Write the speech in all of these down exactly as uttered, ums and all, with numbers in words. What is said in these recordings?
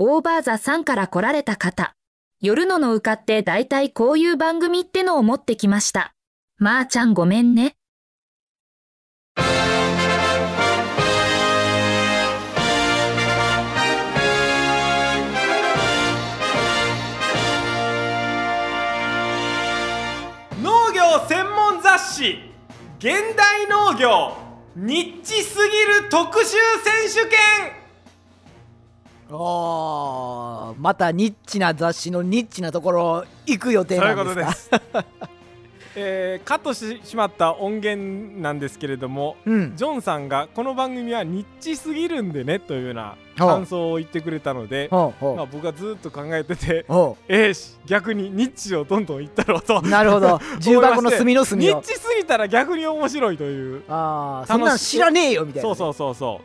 オーバーザさんから来られた方。夜ののうかってだいたいこういう番組ってのを持ってきました。まーちゃんごめんね。 農業専門雑誌現代農業ニッチすぎる特集選手権。 おー、またニッチな雑誌のニッチなところ行く予定なんですか？ そういうことです、えー、カットしてしまった音源なんですけれども、 うん、 ジョンさんがこの番組はニッチすぎるんでねというような感想を言ってくれたので、まあ、僕はずっと考えてて、えーし逆にニッチをどんどん言ったろうと。 なるほど、重箱の隅の隅を。 ニッチすぎたら逆に面白いという。 あー、そんなん知らねえよみたいな、ね、 そうそうそうそう、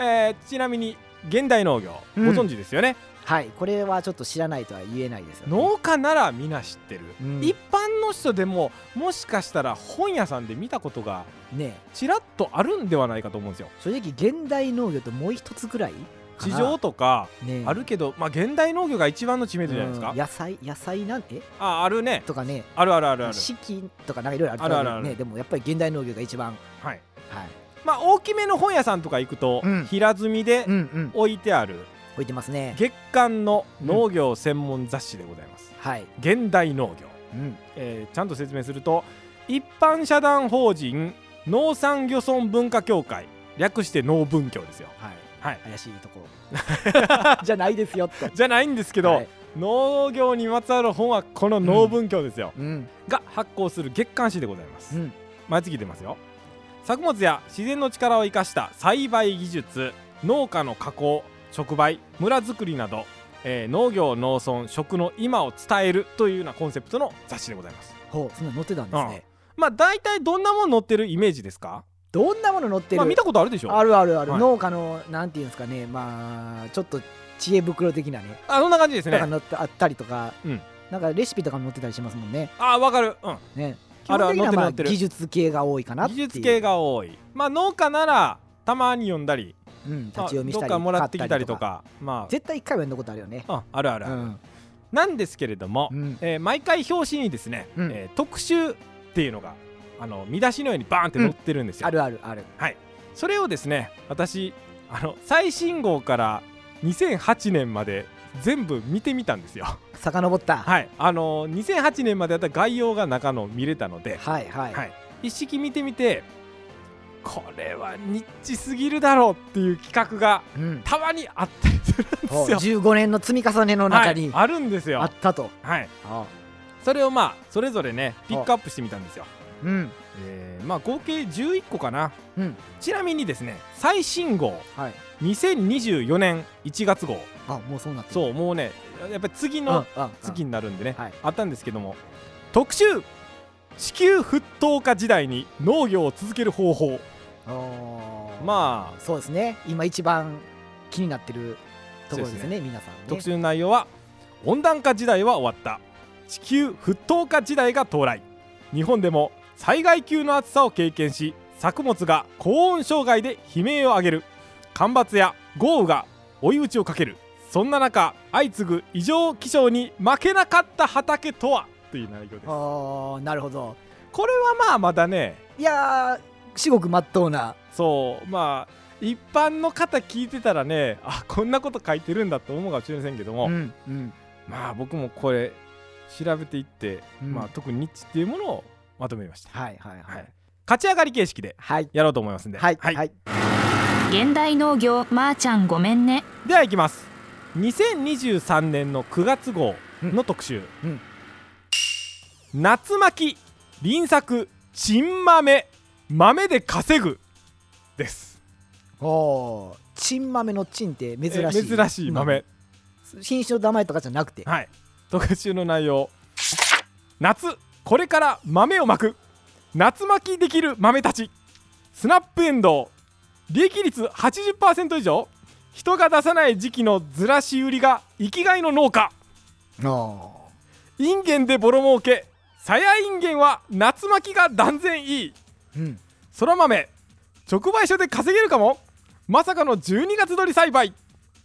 えー、ちなみに現代農業、うん、ご存知ですよね。 はい、これはちょっと知らないとは言えないですよね。 農家ならみんな知ってる、うん、一般の人でももしかしたら本屋さんで見たことがねちらっとあるんではないかと思うんですよ。 正直現代農業ともう一つぐらい地上とかあるけど、ね、まあ現代農業が一番の知名度じゃないですか、 うん、野菜野菜なんてああるねとかね、 あるあるあるある、 四季とかなんかいろいろある、 あるあるある、 ね、でもやっぱり現代農業が一番、 はいはい、 まあ大きめの本屋さんとか行くと、うん、平積みで置いてある、うんうん、 置いてますね、 月刊の農業専門雑誌でございます、 うん、はい、 現代農業、うんえー、ちゃんと説明すると一般社団法人農産漁村文化協会、略して農文協ですよ。はいはい、 怪しいところじゃないですよってじゃないんですけど、はい、農業にまつわる本はこの農文協ですよ、うん、が発行する月刊誌でございます、うん、毎月出ますよ。作物や自然の力を生かした栽培技術、農家の加工、直売、村づくりなど、えー、農業農村食の今を伝えるというようなコンセプトの雑誌でございます。 ほう、そんな載ってたんですね、 うん、まあ大体どんなもの載ってるイメージですか？ どんなもの載ってる、 まあ、見たことあるでしょ。 あるあるある、はい、農家のなんていうんですかね、まあちょっと知恵袋的なね、 あそんな感じですね。 とか載ってあったりとか、うん、なんかレシピとかも載ってたりしますもんね。 あわかる、うんね、基本的にはまあ技術系が多いかなっていう。 技術系が多い。まあ農家ならたまに読んだり、 うん、立ち読みしたり、 どっかもらってきたりとか、まあ絶対一回は読んだことあるよね。 ああるあるある、うん、なんですけれども、うんえー、毎回表紙にですね、うんえー、特集っていうのがあの見出しのようにバーンって載ってるんですよ、 うん、あるあるある、 はい、それをですね私あの最新号からにせんはちねんまで全部見てみたんですよ。 遡った。 はい、あのにせんはちねんまでやった概要が中の見れたので、 はいはい、はい、 一式見てみてこれはニッチすぎるだろうっていう企画がたまにあったりするんですよ、うん、 じゅうごねんの積み重ねの中に、 はい、あるんですよ。 あったと、 はい、ああそれをまあそれぞれねピックアップしてみたんですよ。うんえー、まあ合計じゅういっこかな、うん、ちなみにですね最新号、はい、にせんにじゅうよねんいちがつ号、 あもうそうなってる。 そうもうねやっぱり次の月になるんでね あ, あ, あ, はい、あったんですけども、特集地球沸騰化時代に農業を続ける方法。まあそうですね、今一番気になってるところですね、ですね皆さんね。 特集の内容は温暖化時代は終わった、地球沸騰化時代が到来、日本でも災害級の暑さを経験し作物が高温障害で悲鳴を上げる、干ばつや豪雨が追い打ちをかける、そんな中相次ぐ異常気象に負けなかった畑とはという内容です。 ああなるほど。 これはまあまだね、 いやー至極まっとうな、 そうまあ一般の方聞いてたらね、あこんなこと書いてるんだと思うかもしれませんけども、うんうん、まあ僕もこれ調べていって、うんまあ、特にニッチっていうものをまとめました。はいはいはい、はい、勝ち上がり形式でやろうと思いますんで、 はいはい、はい、 現代農業まーちゃんごめんね。 ではいきます。にせんにじゅうさんねんのくがつ号の特集、うんうん、夏巻き輪作珍豆豆で稼ぐです。 おー、珍豆の珍って珍しい珍しい豆、 品種の名前とかじゃなくて、 はい、特集の内容、夏これから豆をまく夏巻きできる豆たち、スナップエンドウ利益率 はちじゅっパーセント 以上、人が出さない時期のずらし売りが生きがいの農家、インゲンでボロ儲け、さやインゲンは夏巻きが断然いい、うん、そら豆直売所で稼げるかも、まさかのじゅうにがつ取り栽培、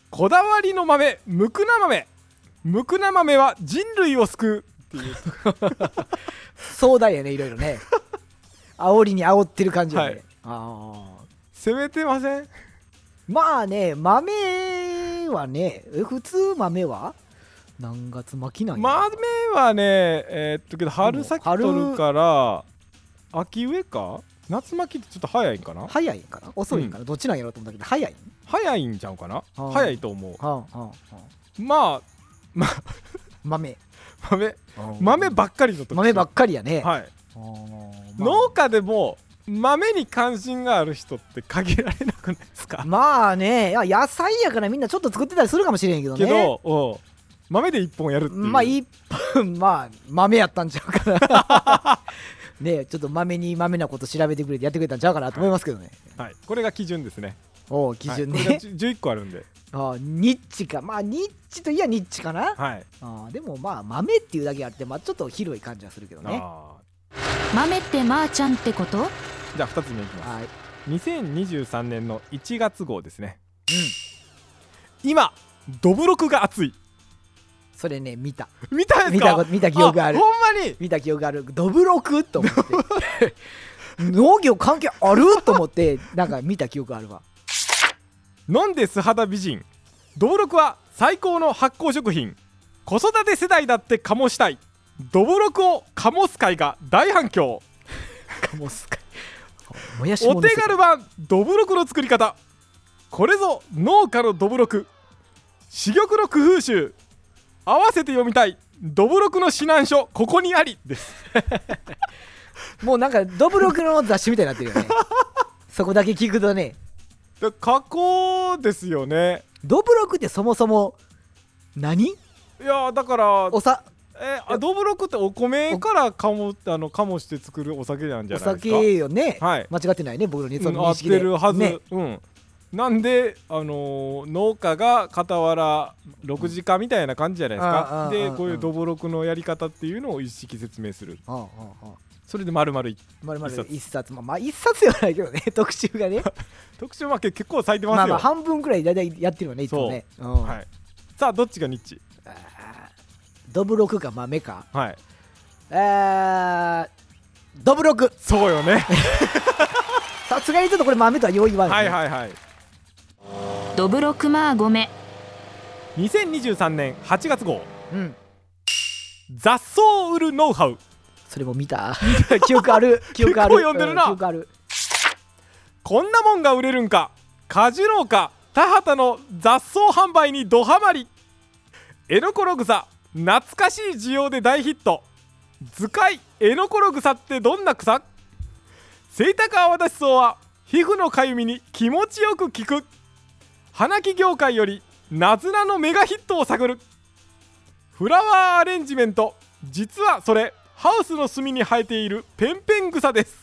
こだわりの豆むくな豆。むくな豆は人類を救うっていう壮大やね、いろいろね煽りに煽ってる感じよね、はい、あ攻めてません？ まあね、豆はね、普通豆は何月巻きなんや。 豆はね、えー、っとけど春先取るから秋植えか夏巻きってちょっと早いんかな。 早いんかな遅いんかな、うん、どっちなんやろうと思ったけど早いん早いんちゃうかな、はあ、早いと思う、はあはあはあ、まあまあ豆豆豆ばっかりの時豆ばっかりやね、 はい、まあ、農家でも豆に関心がある人って限られなくないですか？ まあね、いや野菜やからみんなちょっと作ってたりするかもしれんけどね。 けど豆で一本やるっていう、 まあ一本まあ豆やったんちゃうかなね、ちょっと豆に豆なこと調べてくれてやってくれたんちゃうかなと思いますけどね。 はい、はい、これが基準ですね。 お基準ね、はい、 これがじゅういっこあるんであニッチか、まあニッチといやニッチかな、 はい、 あでもまあ豆っていうだけあって、まあ、ちょっと広い感じはするけどね。あ豆ってまーちゃんってこと？ じゃあふたつめいきます、はい、にせんにじゅうさんねんのいちがつ号ですね、うん、今どぶろくが熱い。 それね見た見たんですか？ 見た、見た記憶がある。 ほんまに見た記憶がある。どぶろくと思って農業関係あると思ってなんか見た記憶あるわ。 飲んで素肌美人。どぶろくは最高の発酵食品。子育て世代だって醸したい。どぶろくを醸す会が大反響。 醸す会もやしもお手軽版どぶろくの作り方。これぞ農家のどぶろく。珠玉の工夫集。合わせて読みたいどぶろくの指南書ここにありですもうなんかどぶろくの雑誌みたいになってるよねそこだけ聞くとね。 加工ですよね。 どぶろくってそもそも何？いやだからおさえあどぶろくってお米からかもあのかもして作るお酒なんじゃないですか。 お酒よね、 はい、 間違ってないね僕のその認識で、うん、合ってるはず、 ね、 うんなんで、あのー、農家が傍らろくじかみたいな感じじゃないですか。でこういうどぶろくのやり方っていうのを一式説明する。ああああそれで丸々 一冊、まあ、まあ一冊ではないけどね特集がね特集は結構咲いてますよ。 まあまあ半分くらいだいたいやってるよねいつもね。 そう、うんはい、さあどっちがニッチ？ どぶろくか豆か。 はいえーどぶろく。 そうよねさすがにちょっとこれ豆とはよう言わない、 ね、はいはいはいどぶろくまあごめ。 にせんにじゅうさんねんはちがつ号、 うん、 雑草を売るノウハウ。 それも見た記憶ある記憶ある結構読んでるな、 うん、記憶ある。 こんなもんが売れるんか。果樹農家田畑の雑草販売にドハマり。エノコログサ懐かしい需要で大ヒット。図解エノコログサってどんな草？セイタカアワダシソウは皮膚のかゆみに気持ちよく効く。花木業界よりナズナのメガヒットを探る。フラワーアレンジメント、実はそれハウスの隅に生えているペンペン草です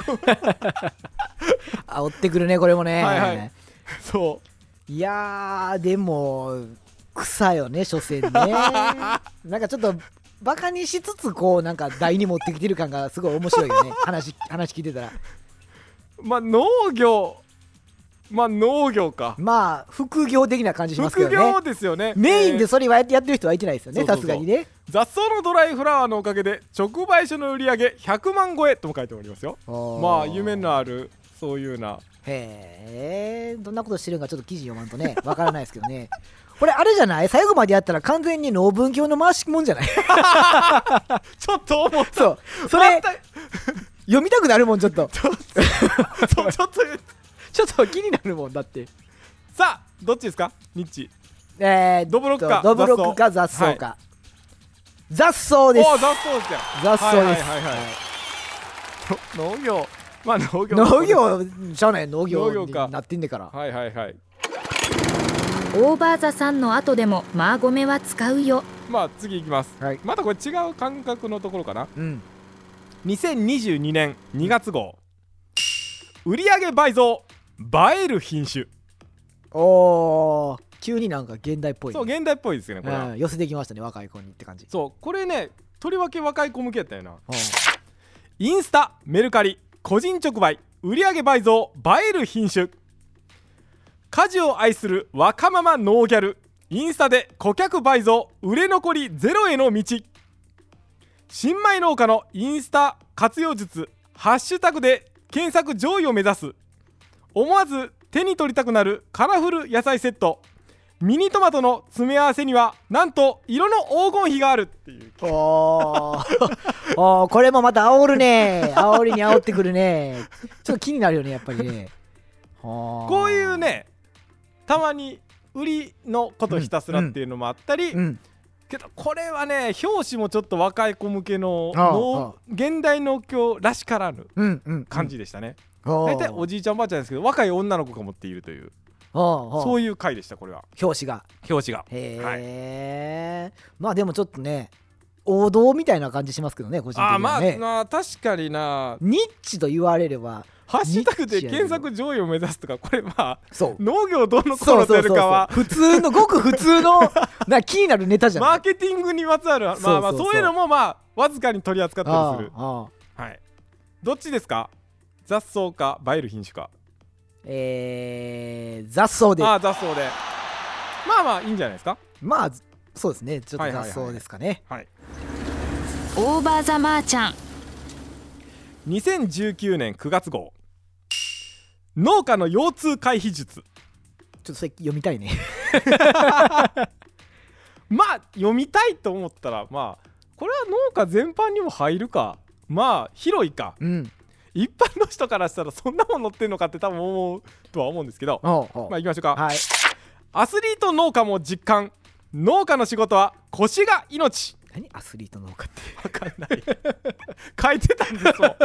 煽ってくるねこれもね。 はいはいそういやーでも草よね所詮ねなんかちょっとバカにしつつこうなんか台に持ってきてる感がすごい面白いよね話話聞いてたら。 まあ農業まあ農業かまあ副業的な感じしますけどね。 副業ですよね。 メインでそれはやってる人はいてないですよねさすがにね。 雑草のドライフラワーのおかげで直売所の売り上げひゃくまん超えとも書いておりますよ。まあ夢のあるそういうな。 へえどんなことしてるんかちょっと記事読まんとねわからないですけどねこれあれじゃない最後までやったら完全に農文教の回しもんじゃないちょっと思った。 そうそれ読みたくなるもんちょっとちょっとちょっとちょっと気になるもんだって。 さあどっちですかニッチ？ えー、 どぶろくかどぶろくか雑草か、はい、雑草です。 お雑草ですよ。 雑草です、はいはいはいはい 、農業まあ農業農業しゃあない農業になってんでから。 はいはいはい。 オーバーザさんの後でもマーゴメは使うよ。 まあ次いきます、はい、またこれ違う感覚のところかな、 うん、 にせんにじゅうにねんにがつ号、売上倍増映える品種。 おー急になんか現代っぽい、ね、 そう現代っぽいですよねこれ、 うん、寄せてきましたね若い子にって感じ。 そうこれねとりわけ若い子向けやったよな。インスタメルカリ個人直売売上倍増映える品種。 家事を愛する若ママノーギャル、インスタで顧客倍増、売れ残りゼロへの道。新米農家のインスタ活用術、ハッシュタグで検索上位を目指す。思わず手に取りたくなるカラフル野菜セット。ミニトマトの詰め合わせにはなんと色の黄金比があるっていう。 おーおーこれもまた煽るね。煽りに煽ってくるね。ちょっと気になるよねやっぱりね。 こういうね、たまに売りのことひたすらっていうのもあったり、 うんうんけどこれはね、表紙もちょっと若い子向けのああ農現代農協らしからぬうんうん感じでしたね。 うん大体おじいちゃんおばあちゃんですけど、若い女の子が持っているという、 そそういう回でした。これは表紙が表紙がへはいえ、まあでもちょっとね王道みたいな感じしますけどね、個人的あーまあにはね。 まあ確かにな。 ニッチと言われればハッシュタグでニッチやね検索上位を目指すとか、これまあそう農業どの頃出るかはそうそうそうそう普通のごく普通のな気になるネタじゃない。 マーケティングにまつわるまあまあそうそうそうそういうのもまあわずかに取り扱ったりする。 ああはい。どっちですか？雑草か映える品種か。 えー、雑草でああ雑草で。まあまあいいんじゃないですか。 まあそうですね、ちょっとはいはいはい雑草ですかね。 はい。 オーバーザマーちゃん。 にせんじゅうきゅうねんくがつ号、農家の腰痛回避術。 ちょっとそれ読みたいね。 まあ読みたいと思ったら、まあこれは農家全般にも入るか、まあ広いか、 うん一般の人からしたらそんなもん載ってんのかって多分思うとは思うんですけど、 おうおうまあ行きましょうか。 はい。 アスリート農家も実感、農家の仕事は腰が命。 何アスリート農家ってわかんない書いてたんですもん。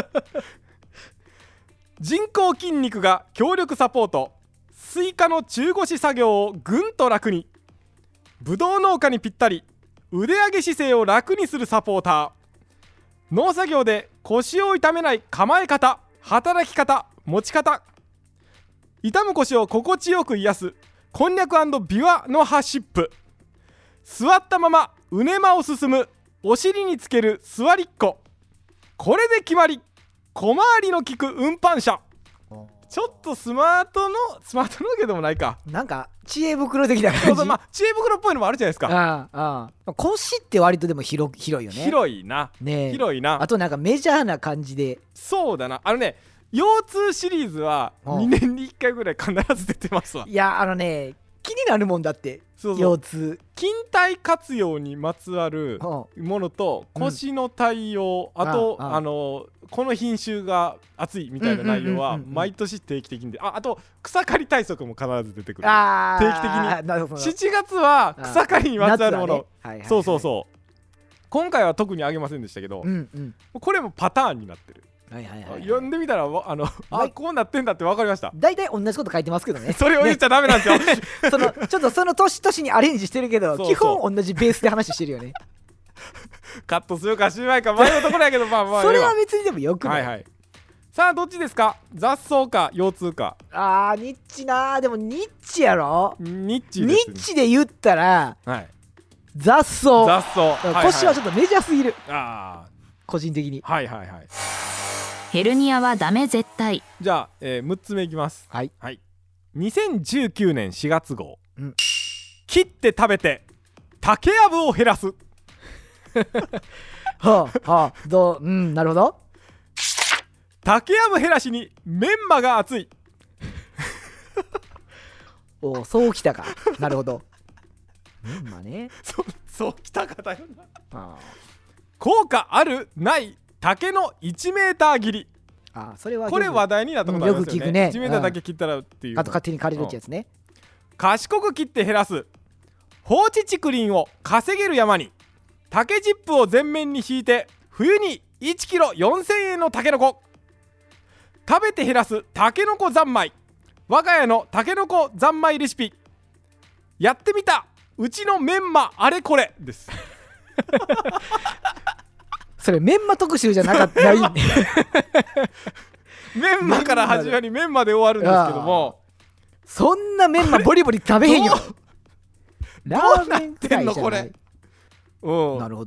人工筋肉が強力サポート、スイカの中腰作業をぐんと楽に。ブドウ農家にぴったり、腕上げ姿勢を楽にするサポーター。農作業で腰を痛めない構え方、働き方、持ち方。痛む腰を心地よく癒すこんにゃく&ビワの葉シップ。座ったままうねまを進むお尻につける座りっこ。これで決まり、小回りの利く運搬車。ちょっとスマートのスマート農業でもないか。 なんか知恵袋的な感じ。 そうそう、まあ知恵袋っぽいのもあるじゃないですか。 ああああ腰って割とでも広広いよね。 広いな、 ねえ広いな。 あとなんかメジャーな感じで。 そうだな。あのね、腰痛シリーズはうんにねんにいっかいぐらい必ず出てますわ。 いやあのね気になるもんだって。 そうそう、 腰痛。 筋体活用にまつわるうんものと腰の対応、あとあああのこの品種が熱いみたいな内容はうんうんうんうんうん毎年定期的にで、ああと草刈り対策も必ず出てくる。 あ定期的になるほど。 しちがつは草刈りにまつわるもの、 夏はねはいはいはいそうそうそう。今回は特にあげませんでしたけど、 うんうんこれもパターンになってる。 はいはいはい。 読んでみたらわあのはいあこうなってんだって分かりました。 大体同じこと書いてますけどね。 それを言っちゃダメなんですよ。 そのちょっとその年々にアレンジしてるけど、 そうそう基本同じベースで話してるよね。 カットするかしないか迷うところやけど、まあまあそれええわは別にでもよくな。 はいいはい。さあどっちですか？雑草か腰痛か。 あーニッチなー。でもニッチやろ。 ニッチニです、ね、 ッチで言ったらはい。 雑草。 雑草。 腰はちょっっとメジャーすぎる、 と。あ個人的に。 あ。はいはいはい。 ヘルニアはダメ絶対。 じゃあ、えー、むっつめいきます。 はい。 はい。にせんじゅうきゅうねんしがつ号、 うん、 切って食べて竹やぶを減らす。 はあはあどううんなるほど。 竹やぶ減らしにメンマが熱い。 おおそうきたか。なるほど。メンマね。 そそうきたかだよな。 あ効果あるない竹のいちメーター切り。 あそれはこれ話題になったことありますよね。 うんよく聞くねいちメーターだけ切ったらっていう。 あと勝手に借りるってやつね。 賢く切って減らす放置竹林を稼げる山に。竹チップを全面に敷いて冬にいちキロよんせんえんのタケノコ。食べて減らすタケノコ三昧。我が家のタケノコ三昧レシピ。やってみたうちのメンマあれこれです。 それメンマ特集じゃなかったない。 メンマから始まりメンマで終わるんですけども、 そんなメンマボリボリ食べへんよ。ラーメンくらいじゃない。 うん、 なるほど。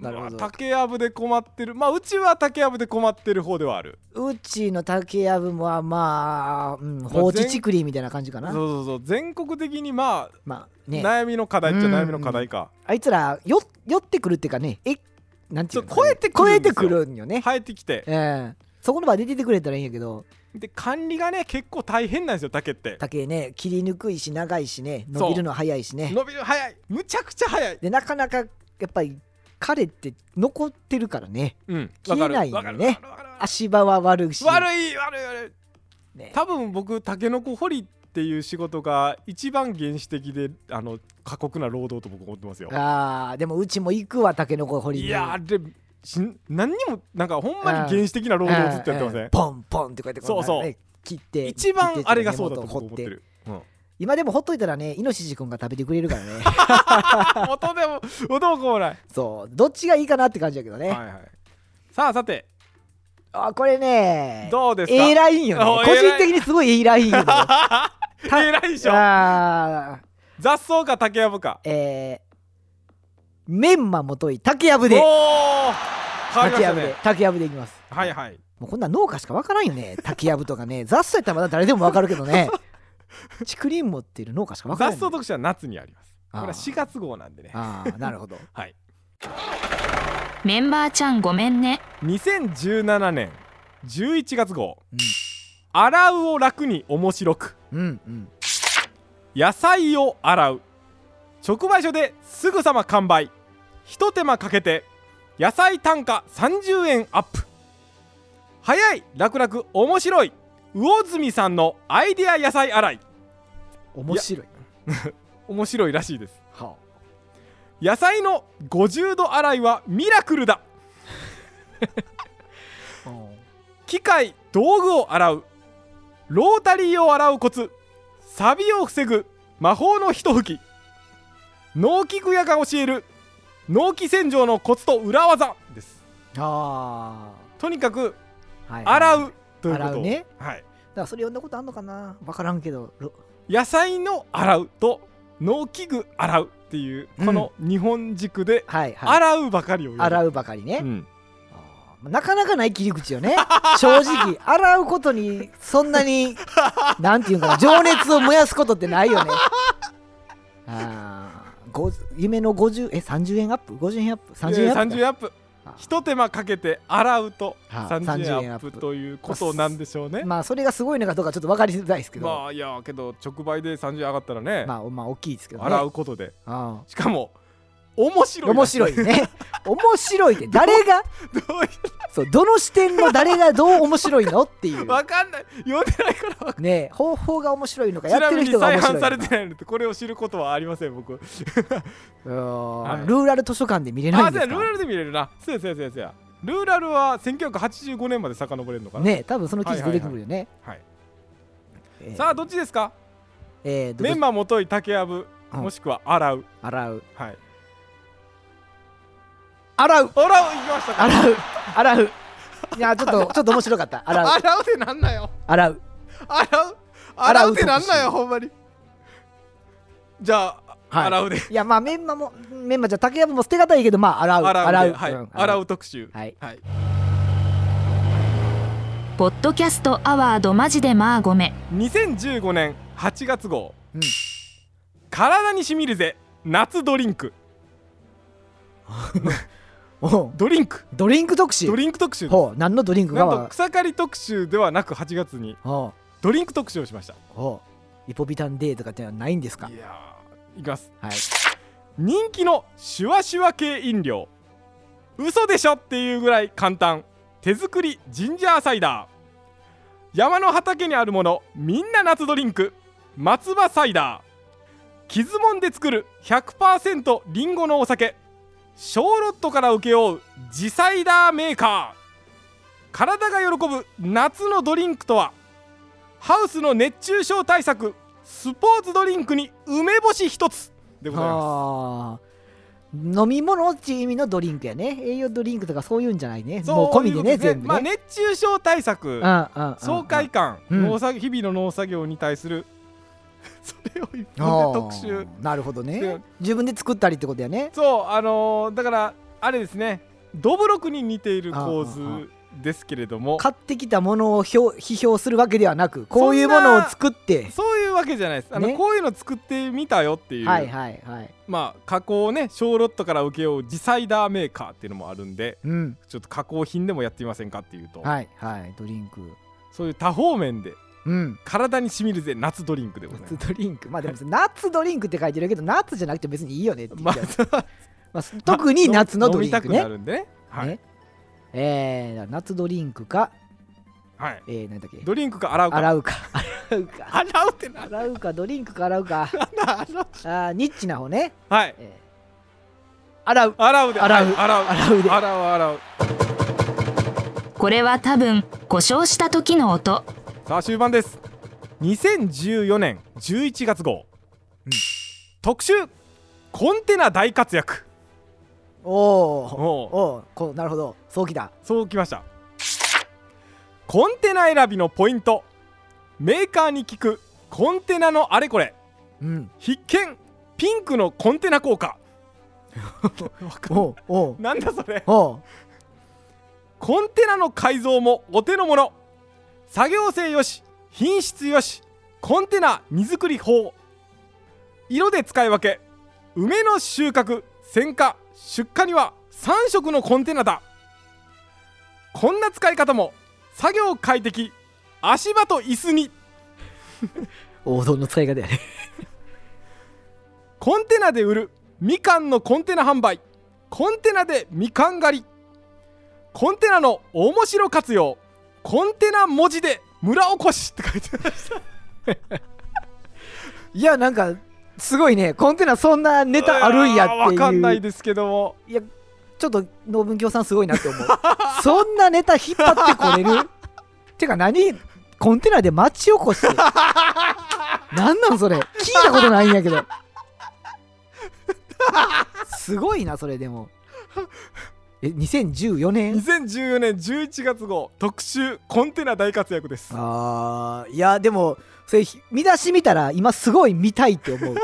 なるほど、 まあ、竹やぶで困ってる、まあうちは竹やぶで困ってる方ではある。 うちの竹やぶもはまあ、うん、放置竹林みたいな感じかな。 そうそうそう、全国的にまあ、 まあね、 悩みの課題っちゃ悩みの課題か。 あいつらよ寄ってくるっていうかね、えなんていうのかな、 超えてくるんですよ。 超えてくるんよね。 生えてきて、 えー、そこの場で出てくれたらいいんやけど、 で管理がね結構大変なんですよ竹って。 竹ね、切りにくいし長いしね、伸びるの早いしね。 伸びる早い、むちゃくちゃ早い。 でなかなかやっぱり彼って残ってるからね、 うん、 消えないんわかるよね。 わかるわかるわかる。 足場は悪いし、 悪い悪い悪い、 ね、 多分僕タケノコ掘りっていう仕事が一番原始的であの過酷な労働と僕思ってますよ。 あーでもうちも行くわ、タケノコ掘りに。 いやあれし何にもなんかほんまに原始的な労働をずっとやってません、ね、 ポンポンってこうやってこんなね、 そうそう切って一番あれがそうだと根元を掘僕思ってる、うん、 今でもほっといたらね、イノシシ君が食べてくれるからね元でも元もこうない。 そうどっちがいいかなって感じだけどね、 はいはい、さあさてあこれねどうですか。 A ラインよね。 お個人的にすごい A ラインよねえらいでしょ。 あ雑草か竹やぶか。 えー、メンマもとい竹やぶで、 おー変わりま竹やぶでしたね。 竹やぶでいきます。 はいはい。 もうこんなん農家しかわからんよね、竹やぶとかね。雑草やったらまだ誰でもわかるけどね竹林持っている農家しかわからんよね。 雑草特集は夏にあります。こあーれはしがつ号なんでね。 ああなるほどはい。 メンバーちゃんごめんね。 にせんじゅうななねんじゅういちがつ号、 うん洗うを楽に面白く、 うんうん野菜を洗う、直売所ですぐさま完売、ひと手間かけて野菜単価さんじゅうえんアップ、早い楽々面白い魚住さんのアイデア野菜洗い。 面白い面白いらしいです。 は野菜のごじゅうど洗いはミラクルだ。 あ機械道具を洗う、ロータリーを洗うコツ、錆を防ぐ魔法のひと拭き、農機具屋が教える農機洗浄のコツと裏技です。 あとにかくー、はいはい、 洗うということ洗うね。 はい、 だからそれ読んだことあんのかな、分からんけど。ろ野菜の洗うと農機具洗うっていうこの日本軸ではいはい、 洗うばかりをやる、 洗うばかりね、 うん、 あーなかなかない切り口よね正直洗うことにそんなになんていうんかな、情熱を燃やすことってないよねあご夢のごじゅうえさんじゅうえんアップ、ごじゅうえんアップ、さんじゅうえんアップさんじゅうえんアップ、ひと手間かけて洗うとはあさんじゅうえんアさんじゅうえんアップップということなんでしょうね。 まあそれがすごいのかどうかちょっと分かりづらいですけど、 まあいやけど直売でさんじゅうえん上がったらね、 まあまあ大きいですけどね。 洗うことで、 あしかも面白い面白いね面白いって誰がどういそうどの視点の誰がどう面白いのっていううわかんない、読んでないからわかんねえ方法が面白いのかない。ちなみにやってる人が面再白いのか販されてないのでこれを知ることはありません僕。 うーんはいあのルーラル図書館で見れないあ、 んですかじゃあルーラルで見れるな。そうやそうやそうやそうや。ルーラルはせんきゅうひゃくはちじゅうごねんまで遡れるのかな。 ねえ多分その記事出てくるよね、 はい。 えーさあどっちですか。 えーどメンマもとい竹やぶ、 うんもしくは洗う。 洗うはい。 洗う洗う行きましたか。 洗う洗ういやちょっとちょっと面白かった洗う洗うってなんなよ。 洗う洗う洗う洗うってなんなよほんまに。じゃあ、 はい洗うで。 いやまあメンマもメンマじゃ竹やぶも捨てがたいけどまあ洗う洗う洗うで、はい、 うん洗う特集。 はいはい。 ポッドキャストアワードマジでまあごめ。 にせんじゅうごねんはちがつ号、 うん体にしみるぜ夏ドリンク。 おうドリンクドリンク特集ドリンク特集です。 ほう何のドリンクなんとかは草刈り特集ではなくはちがつにほドリンク特集をしました。 うほうリポビタンデーとかってのはないんですか。 いやーいきます。 はい人気のシュワシュワ系飲料、嘘でしょっていうぐらい簡単、手作りジンジャーサイダー。山の畑にあるものみんな夏ドリンク、松葉サイダー。キズモンで作る ひゃくパーセント リンゴのお酒、小ロットから請け負う自サイダーメーカー。体が喜ぶ夏のドリンクとは、ハウスの熱中症対策スポーツドリンクに梅干し一つでございます。 はあ飲み物っていう意味のドリンクやね。栄養ドリンクとかそういうんじゃないね。 そうもう込みでねいうこと全部ね、 まあ、熱中症対策、 うんうんうん爽快感、 うん農作日々の農作業に対するそれを一あ本でー特集。 なるほどでね。自分で作ったりってことやね。 そうあのーだからあれですね、どぶろくに似ている構図ですけれども、 買ってきたものを評批評するわけではなく、こういうものを作ってそういうわけじゃないです。あの、 ね、 こういうの作ってみたよっていう、 はいはいはい、 まあ加工をね小ロットから請け負う自サイダーメーカーっていうのもあるんで、 うん、 ちょっと加工品でもやってみませんかっていうと、 はいはいドリンク、 そういう多方面で、 うん、 体にしみるぜ夏ドリンクでございます。 夏ドリンク、まあでも夏ドリンクって書いてるけど夏じゃなくて別にいいよねって言っちゃう、まあまあ、特に夏のドリンクね、 飲みたくなるんでね、はい、 ね、えー、夏ドリンクか、 はい、 えー、何だっけ、 ドリンクか洗うか洗うか洗うか洗うってな洗うかドリンクか洗うかあニッチな方ね、 はい、 えー、洗う洗うで洗う、 はい、洗う洗うで洗う洗う。 これは多分故障した時の音。 さあ終盤です。にせんじゅうよねんじゅういちがつ号、うん、特集コンテナ大活躍。 おおおお、なるほど、そうきた、 そうきました。コンテナ選びのポイント、メーカーに聞くコンテナのあれこれ、うん、必見ピンクのコンテナ効果おおなんだそれ。 おコンテナの改造もお手の物、作業性よし品質よし、コンテナ荷造り法、色で使い分け、梅の収穫選果出荷にはさん色のコンテナだ。こんな使い方も作業快適、足場と椅子に王道の使い方やねコンテナで売るみかんのコンテナ販売、コンテナでみかん狩り、コンテナの面白活用、コンテナ文字で村おこしって書いてましたいやなんかすごいね、コンテナそんなネタあるんやっていう。 わかんないですけども、 いやちょっと農文教さんすごいなって思うそんなネタ引っ張ってこれるてか何、コンテナで町おこしなんなんそれ、聞いたことないんやけどすごいなそれ。でもえにせんじゅうよねんにせんじゅうよねんじゅういちがつ号特集コンテナ大活躍です。 あー、いやでもそれ見出し見たら今すごい見たいって思う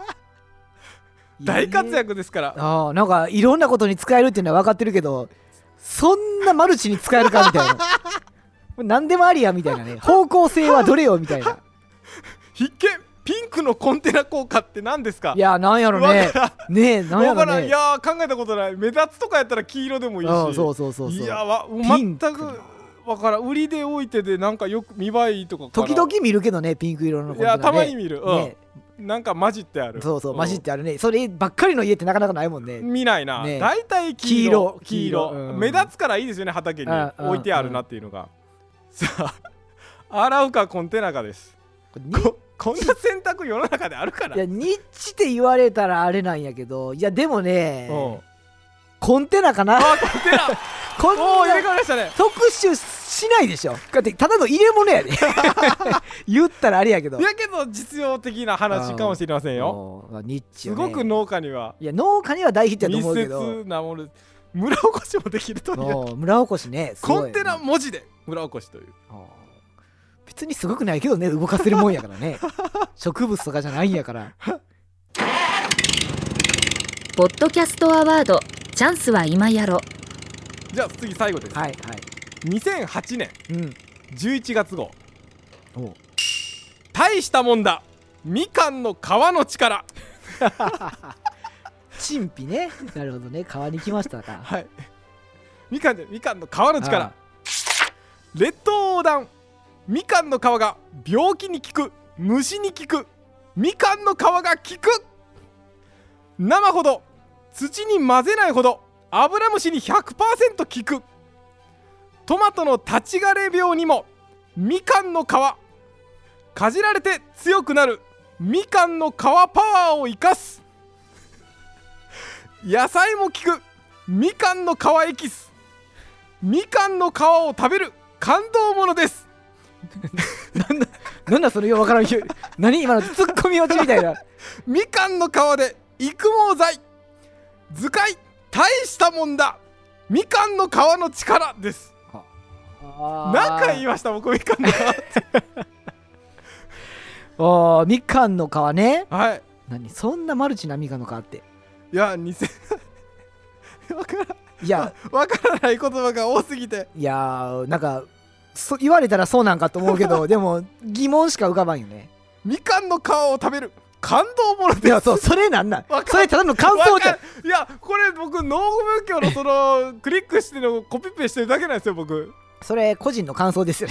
大活躍ですから。 あー、なんかいろんなことに使えるっていうのは分かってるけど、そんなマルチに使えるかみたいな何でもありやみたいなね、方向性はどれよみたいな必見ピンクのコンテナ効果って何ですか。 いやなんやろねねえなんやろね、 いや考えたことない。目立つとかやったら黄色でもいいし、 そうそうそうそう、 いやわ全くわからん。売りで置いてでなんかよく見栄えいいとかか時々見るけどね、ピンク色のコンテナ、ね、 いやたまに見る、うんね、 なんか混じってある。 そうそう混じってあるね。そればっかりの家ってなかなかないもんね。 見ないな、 ね、 だいたい黄色黄色、 黄色、うん、 目立つからいいですよね、畑に置いてあるなっていうのが。さあ洗うかコンテナかです。こ, こんな選択世の中であるから。 いやニッチって言われたらあれなんやけど、いやでもね、うん、コンテナかな。 あコンテナこんなおー入れ替わりましたね。 特集しないでしょ。だってただの入れ物やで言ったらあれやけど、 いやけど実用的な話かもしれませんよ。 ニッチよ、 ね、すごく農家には、 いや農家には大ヒットやと思うけど、 密接なもの、村おこしもできるという。 村おこしね、すごいコンテナ文字で村おこしという。 別にすごくないけどね、動かせるもんやからね植物とかじゃないんやからポッドキャストアワードチャンスは今やろ。 じゃあ次最後です。 はいはい。 にせんはちねん、うん、じゅういちがつ号、 お大したもんだみかんの皮の力陳皮ね。なるほどね、皮に来ましたか。 はい、みかんでみかんの皮の力。列島横断、みかんの皮が病気に効く、虫に効く、みかんの皮が効く。生ほど土に混ぜないほどアブラムシに ひゃくパーセント 効く。トマトの立ち枯れ病にもみかんの皮、かじられて強くなるみかんの皮パワーを生かす。野菜も効くみかんの皮エキス、みかんの皮を食べる感動ものですなんだなんだそれよ、分からんけど何今のツッコミ落ちみたいなみかんの皮で育毛剤、図解大したもんだみかんの皮の力です。何回言いました僕、みかんの皮ってあみかんの皮ね。 はい。 何そんなマルチなみかんの皮って。 いやにせんわからいやわからない言葉が多すぎて。 いやーなんかそ言われたらそうなんかと思うけどでも疑問しか浮かばんよね。 みかんの皮を食べる感動ものです。 いやそうそれなんなんわかんそれただの感想じゃん。 わかんいやこれ僕農務教のそのクリックしてのコピペしてるだけなんですよ僕。 それ個人の感想ですよね。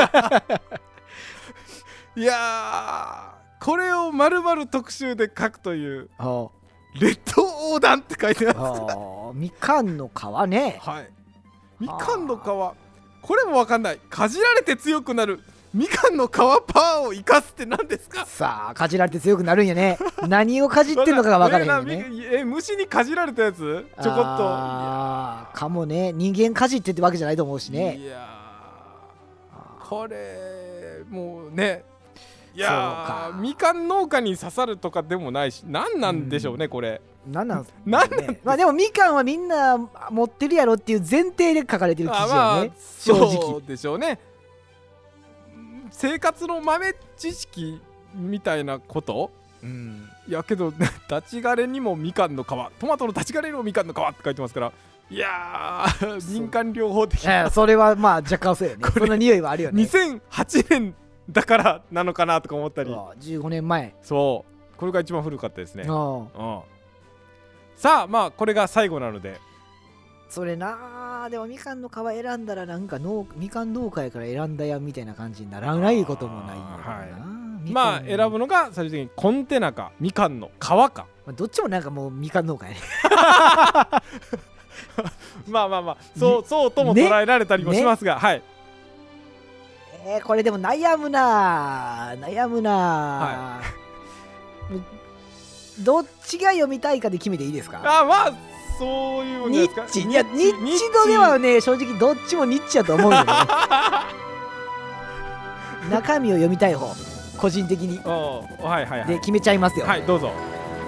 いやーこれを丸々特集で書くというあ列島横断って書いてある。 あみかんの皮ね。 はいみかんの皮これもわかんない。かじられて強くなるみかんの皮パワーを生かすって何ですか。 さあかじられて強くなるんやね。何をかじってんのかが分からへんよね。 ええ虫にかじられたやつちょこっとあーかもね。人間かじってってわけじゃないと思うしね。 いやーこれもうねいやそうかみかん農家に刺さるとかでもないし何なんでしょうね、うん、これなんなんすかね。 なんなんまあでもみかんはみんな持ってるやろっていう前提で書かれてる記事よね、 まあ、 正直そうでしょうね。生活の豆知識みたいなこと、うん、いやけど立ち枯れにもみかんの皮トマトの立ち枯れにもみかんの皮って書いてますからいやー民間療法的な、 えー、それはまあ若干そうよね。そんな匂いはあるよね。 にせんはちねんだからなのかなとか思ったりじゅうごねんまえそうこれが一番古かったですね。 あうんさあまあこれが最後なのでそれなあでもみかんの皮選んだらなんか農みかん農家やから選んだやみたいな感じにならないこともないよな、 はい、まあ選ぶのが最終的にコンテナかみかんの皮か、まあ、どっちもなんかもうみかん農家やねまあまあまあそうそうとも捉えられたりもしますが、ねね、はいえー、これでも悩むな悩むな、はい、どっちが読みたいかで決めていいですか。 あまあそういうもんですか。 ニッチいやニッチ度ではね正直どっちもニッチやと思うよね中身を読みたい方個人的におはいはい、はい、 で決めちゃいますよ。 はいどうぞ。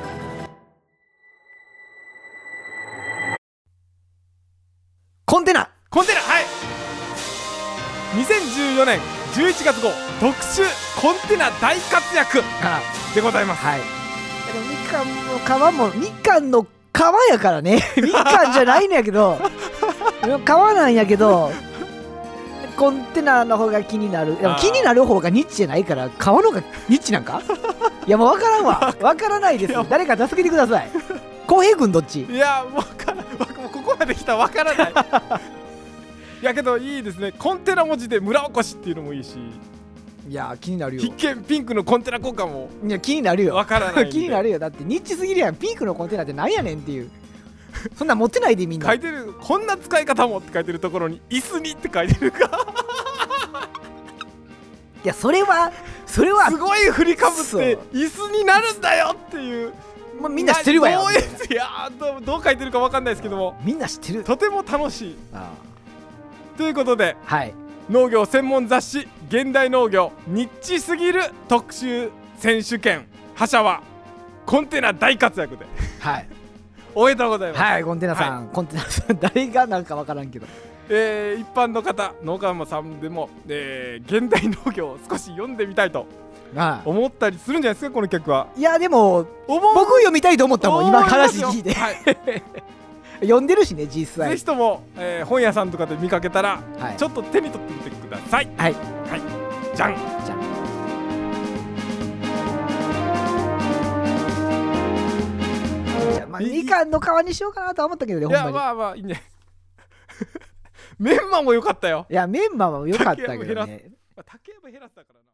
コンテナコンテナはいにせんじゅうよねんじゅういちがつ号特集コンテナ大活躍でございます。 はいでもみかんの皮もみかんの皮やからねみかんじゃないんやけど皮なんやけどコンテナの方が気になる。でも気になる方がニッチじゃないから皮の方がニッチなんかいやもう分からんわ分からないです。誰か助けてください。浩平君どっち。 いやもう分からんここまで来たら分からないいやけどいいですね。コンテナ文字で村おこしっていうのもいいしいや気になるよ。 必見ピンクのコンテナ交換もいや気になるよ。 わからない気になるよ。だってニッチすぎるやん。ピンクのコンテナってなんやねんっていうそんなん持ってないでみんな書いてる。こんな使い方もって書いてるところに椅子にって書いてるかいやそれはそれはすごい振りかぶって椅子になるんだよっていうまあ、みんな知ってるわよ。 どういういやどうどう書いてるかわかんないですけどもみんな知ってる。 とても楽しい。 ああということで、 はい、 農業専門雑誌現代農業ニッチすぎる特集選手権覇者はコンテナ大活躍ではいおめでとうございます。 はいコンテナさん、はい、コンテナさん誰がなんかわからんけど、 えー、一般の方農家さんでも、えー、現代農業を少し読んでみたいと思ったりするんじゃないですかこの曲は。 いやでも僕読みたいと思ったもん今話聞いて、はい、読んでるしね実際。 ぜひとも、えー、本屋さんとかで見かけたら、はい、ちょっと手に取ってみてください。 はい、 はい、じゃんじゃん。じゃあまあみかんの皮にしようかなと思ったけどね。 いやまあまあいいねメンマも良かったよ。 いやメンマも良かったけどね。 竹やぶ減らしたからな。